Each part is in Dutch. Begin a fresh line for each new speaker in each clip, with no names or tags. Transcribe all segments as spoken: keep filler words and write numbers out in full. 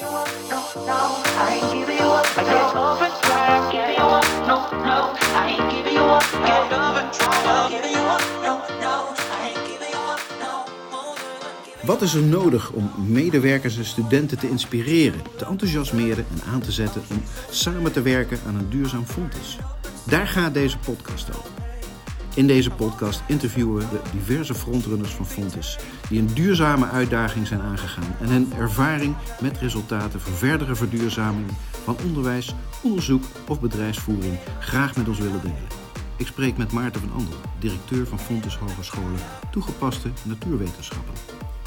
Wat is er nodig om medewerkers en studenten te inspireren, te enthousiasmeren en aan te zetten om samen te werken aan een duurzaam Fontis? Daar gaat deze podcast over. In deze podcast interviewen we diverse frontrunners van Fontis die een duurzame uitdaging zijn aangegaan en hun ervaring met resultaten voor verdere verduurzaming van onderwijs, onderzoek of bedrijfsvoering graag met ons willen delen. Ik spreek met Maarten van Andel, directeur van Fontis Hogescholen Toegepaste Natuurwetenschappen.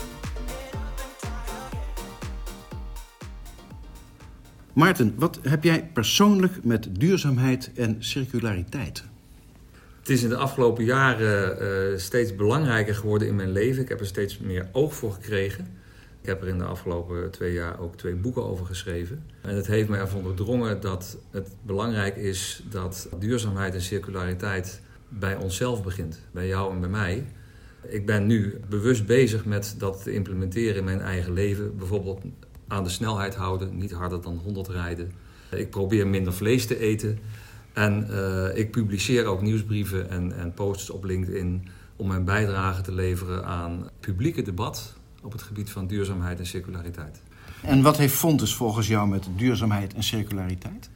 Maarten, wat heb jij persoonlijk met duurzaamheid en circulariteit?
Het is in de afgelopen jaren uh, steeds belangrijker geworden in mijn leven. Ik heb er steeds meer oog voor gekregen. Ik heb er in de afgelopen twee jaar ook twee boeken over geschreven. En het heeft mij ervan doordrongen dat het belangrijk is dat duurzaamheid en circulariteit bij onszelf begint. Bij jou en bij mij. Ik ben nu bewust bezig met dat te implementeren in mijn eigen leven. Bijvoorbeeld aan de snelheid houden, niet harder dan honderd rijden. Ik probeer minder vlees te eten. En uh, ik publiceer ook nieuwsbrieven en, en posts op LinkedIn om mijn bijdrage te leveren aan het publieke debat op het gebied van duurzaamheid en circulariteit.
En wat heeft Fontis volgens jou met duurzaamheid en circulariteit?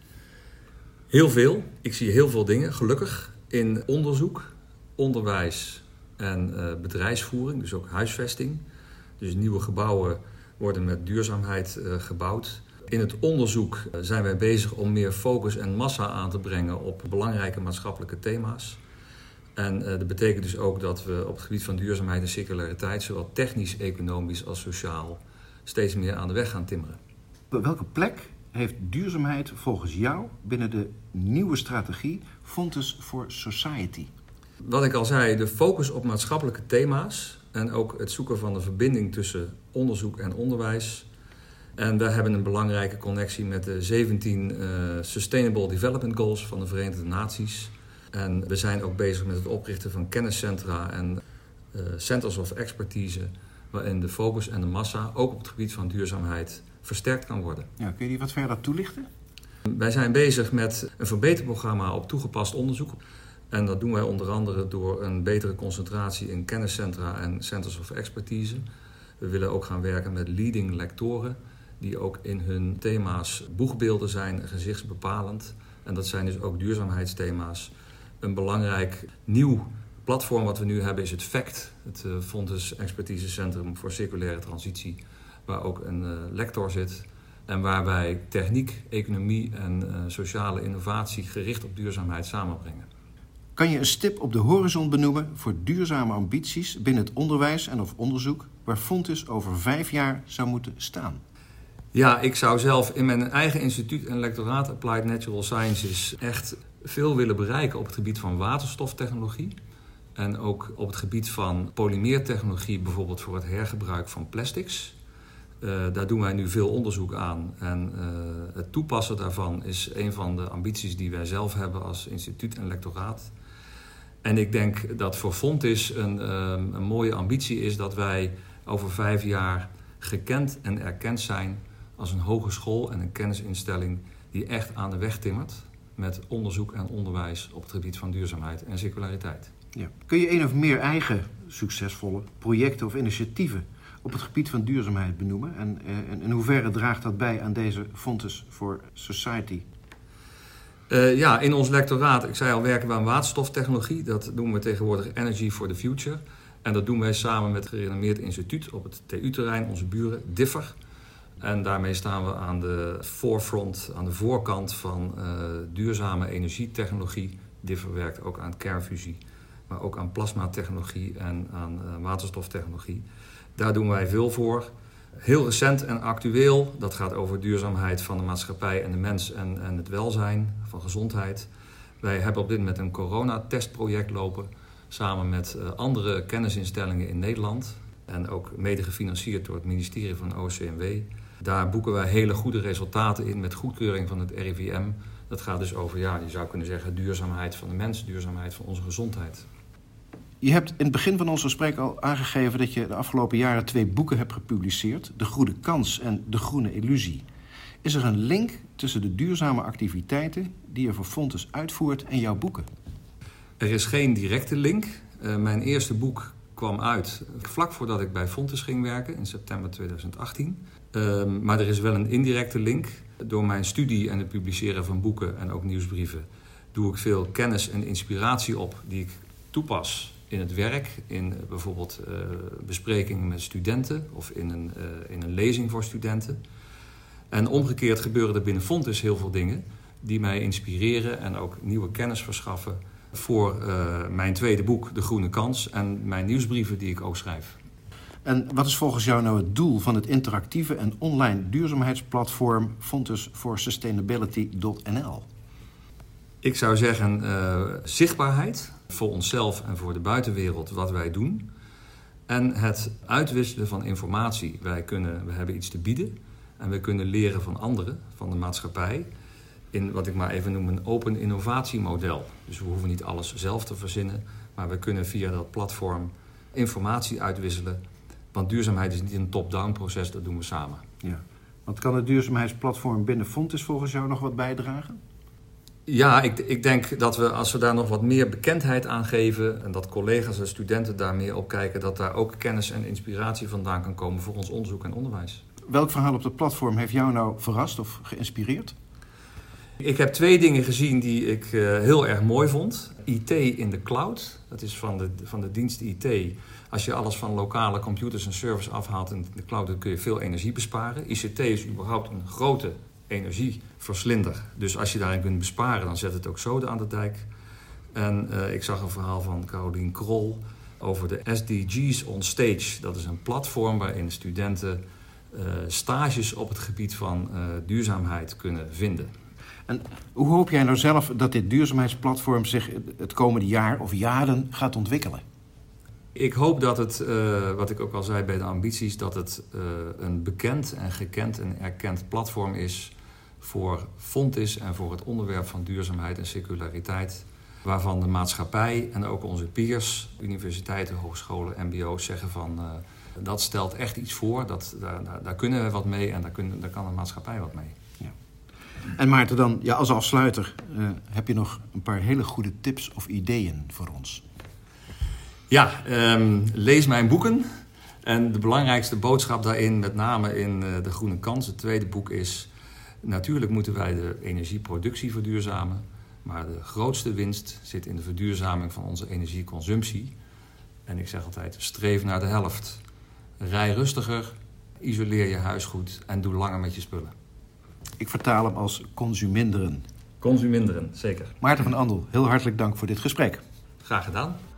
Heel veel. Ik zie heel veel dingen, gelukkig, in onderzoek, onderwijs en uh, bedrijfsvoering, dus ook huisvesting. Dus nieuwe gebouwen worden met duurzaamheid uh, gebouwd. In het onderzoek zijn wij bezig om meer focus en massa aan te brengen op belangrijke maatschappelijke thema's. En uh, dat betekent dus ook dat we op het gebied van duurzaamheid en circulariteit, zowel technisch, economisch als sociaal, steeds meer aan de weg gaan timmeren.
Welke plek heeft duurzaamheid volgens jou binnen de nieuwe strategie Fontis for Society?
Wat ik al zei, de focus op maatschappelijke thema's en ook het zoeken van de verbinding tussen onderzoek en onderwijs. En we hebben een belangrijke connectie met de zeventien uh, Sustainable Development Goals van de Verenigde Naties. En we zijn ook bezig met het oprichten van kenniscentra en uh, centers of expertise, waarin de focus en de massa ook op het gebied van duurzaamheid versterkt kan worden.
Ja, kun je die wat verder toelichten?
Wij zijn bezig met een verbeterprogramma op toegepast onderzoek. En dat doen wij onder andere door een betere concentratie in kenniscentra en centers of expertise. We willen ook gaan werken met leading lectoren, die ook in hun thema's boegbeelden zijn, gezichtsbepalend. En dat zijn dus ook duurzaamheidsthema's. Een belangrijk nieuw platform wat we nu hebben is het F A C T, het uh, Fontis Expertise Centrum voor Circulaire Transitie, waar ook een uh, lector zit. En waar wij techniek, economie en uh, sociale innovatie gericht op duurzaamheid samenbrengen.
Kan je een stip op de horizon benoemen voor duurzame ambities binnen het onderwijs en of onderzoek waar Fontis over vijf jaar zou moeten staan?
Ja, ik zou zelf in mijn eigen instituut en lectoraat Applied Natural Sciences echt veel willen bereiken op het gebied van waterstoftechnologie. En ook op het gebied van polymeertechnologie, bijvoorbeeld voor het hergebruik van plastics. Uh, daar doen wij nu veel onderzoek aan. En uh, het toepassen daarvan is een van de ambities die wij zelf hebben als instituut en lectoraat. En ik denk dat voor Fontis een, uh, een mooie ambitie is dat wij over vijf jaar gekend en erkend zijn als een hogeschool en een kennisinstelling die echt aan de weg timmert met onderzoek en onderwijs op het gebied van duurzaamheid en circulariteit.
Ja. Kun je één of meer eigen succesvolle projecten of initiatieven op het gebied van duurzaamheid benoemen? En in uh, hoeverre draagt dat bij aan deze Fontis for Society?
Uh, ja, in ons lectoraat, ik zei al, werken we aan waterstoftechnologie. Dat doen we tegenwoordig Energy for the Future. En dat doen wij samen met het gerenommeerd instituut op het T U-terrein, onze buren, Differ. En daarmee staan we aan de forefront, aan de voorkant van uh, duurzame energietechnologie. Differ werkt ook aan kernfusie, maar ook aan plasmatechnologie en aan uh, waterstoftechnologie. Daar doen wij veel voor. Heel recent en actueel, dat gaat over duurzaamheid van de maatschappij en de mens en, en het welzijn, van gezondheid. Wij hebben op dit moment een coronatestproject lopen, samen met uh, andere kennisinstellingen in Nederland. En ook mede gefinancierd door het ministerie van O C M W. Daar boeken wij hele goede resultaten in met goedkeuring van het R I V M. Dat gaat dus over, ja, je zou kunnen zeggen, duurzaamheid van de mens, duurzaamheid van onze gezondheid.
Je hebt in het begin van ons gesprek al aangegeven dat je de afgelopen jaren twee boeken hebt gepubliceerd. De Groene Kans en De Groene Illusie. Is er een link tussen de duurzame activiteiten die je voor Fontis uitvoert en jouw boeken?
Er is geen directe link. Uh, mijn eerste boek kwam uit vlak voordat ik bij Fontis ging werken in september tweeduizend achttien. Uh, maar er is wel een indirecte link. Door mijn studie en het publiceren van boeken en ook nieuwsbrieven doe ik veel kennis en inspiratie op die ik toepas in het werk, in bijvoorbeeld uh, besprekingen met studenten of in een, uh, in een lezing voor studenten. En omgekeerd gebeuren er binnen Fontis heel veel dingen die mij inspireren en ook nieuwe kennis verschaffen voor uh, mijn tweede boek, De Groene Kans, en mijn nieuwsbrieven die ik ook schrijf.
En wat is volgens jou nou het doel van het interactieve en online duurzaamheidsplatform Fontis for Sustainability punt n l?
Ik zou zeggen uh, zichtbaarheid voor onszelf en voor de buitenwereld wat wij doen. En het uitwisselen van informatie. Wij, kunnen, we hebben iets te bieden en we kunnen leren van anderen, van de maatschappij, in wat ik maar even noem een open innovatiemodel. Dus we hoeven niet alles zelf te verzinnen, maar we kunnen via dat platform informatie uitwisselen. Want duurzaamheid is niet een top-down proces, dat doen we samen.
Ja. Want kan het duurzaamheidsplatform binnen Fontis volgens jou nog wat bijdragen?
Ja, ik, ik denk dat we, als we daar nog wat meer bekendheid aan geven en dat collega's en studenten daar meer op kijken, dat daar ook kennis en inspiratie vandaan kan komen voor ons onderzoek en onderwijs.
Welk verhaal op het platform heeft jou nou verrast of geïnspireerd?
Ik heb twee dingen gezien die ik uh, heel erg mooi vond. I T in de cloud, dat is van de, van de dienst I T. Als je alles van lokale computers en servers afhaalt in de cloud, dan kun je veel energie besparen. I C T is überhaupt een grote energieverslinder. Dus als je daarin kunt besparen, dan zet het ook zoden aan de dijk. En uh, ik zag een verhaal van Carolien Krol over de S D G's on Stage. Dat is een platform waarin studenten uh, stages op het gebied van uh, duurzaamheid kunnen vinden.
En hoe hoop jij nou zelf dat dit duurzaamheidsplatform zich het komende jaar of jaren gaat ontwikkelen?
Ik hoop dat het, uh, wat ik ook al zei bij de ambities, dat het uh, een bekend en gekend en erkend platform is voor Fontis en voor het onderwerp van duurzaamheid en circulariteit, waarvan de maatschappij en ook onze peers, universiteiten, hogescholen, mbo's zeggen van uh, dat stelt echt iets voor, dat, daar, daar, daar kunnen we wat mee en daar, kunnen, daar kan de maatschappij wat mee.
Ja. En Maarten, dan ja, als afsluiter, uh, heb je nog een paar hele goede tips of ideeën voor ons?
Ja, um, lees mijn boeken. En de belangrijkste boodschap daarin, met name in uh, De Groene Kans, het tweede boek, is: natuurlijk moeten wij de energieproductie verduurzamen, maar de grootste winst zit in de verduurzaming van onze energieconsumptie. En ik zeg altijd, streef naar de helft. Rij rustiger, isoleer je huis goed en doe langer met je spullen.
Ik vertaal hem als consuminderen.
Consuminderen, zeker.
Maarten van Andel, heel hartelijk dank voor dit gesprek.
Graag gedaan.